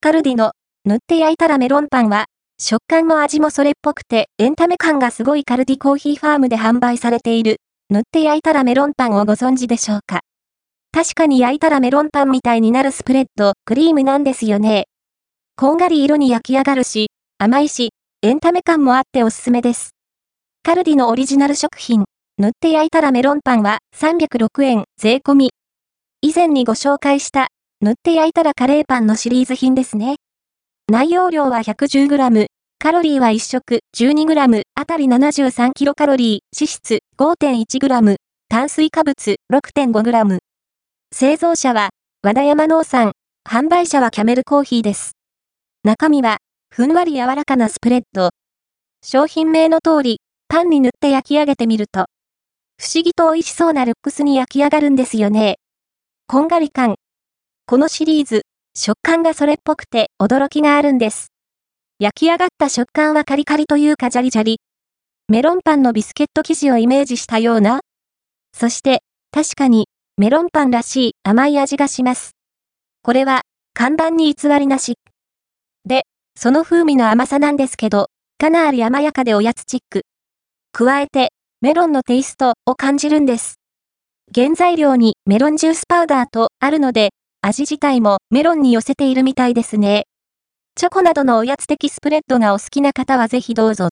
カルディの塗って焼いたらメロンパンは、食感も味もそれっぽくてエンタメ感がすごいカルディコーヒーファームで販売されている、塗って焼いたらメロンパンをご存知でしょうか。確かに焼いたらメロンパンみたいになるスプレッド、クリームなんですよね。こんがり色に焼き上がるし、甘いし、エンタメ感もあっておすすめです。カルディのオリジナル食品、塗って焼いたらメロンパンは306円税込み。以前にご紹介した塗って焼いたらカレーパンのシリーズ品ですね。内容量は 110g、カロリーは1食 12g あたり 73kcal、脂質 5.1g、炭水化物 6.5g。製造者は和田山農産、販売者はキャメルコーヒーです。中身はふんわり柔らかなスプレッド。商品名の通り、パンに塗って焼き上げてみると、不思議と美味しそうなルックスに焼き上がるんですよね。こんがり感。このシリーズ、食感がそれっぽくて驚きがあるんです。焼き上がった食感はカリカリというかジャリジャリ。メロンパンのビスケット生地をイメージしたような。そして、確かに、メロンパンらしい甘い味がします。これは、看板に偽りなし。で、その風味の甘さなんですけど、かなり甘やかでおやつチック。加えて、メロンのテイストを感じるんです。原材料にメロンジュースパウダーとあるので、味自体もメロンに寄せているみたいですね。チョコなどのおやつ的スプレッドがお好きな方はぜひどうぞ。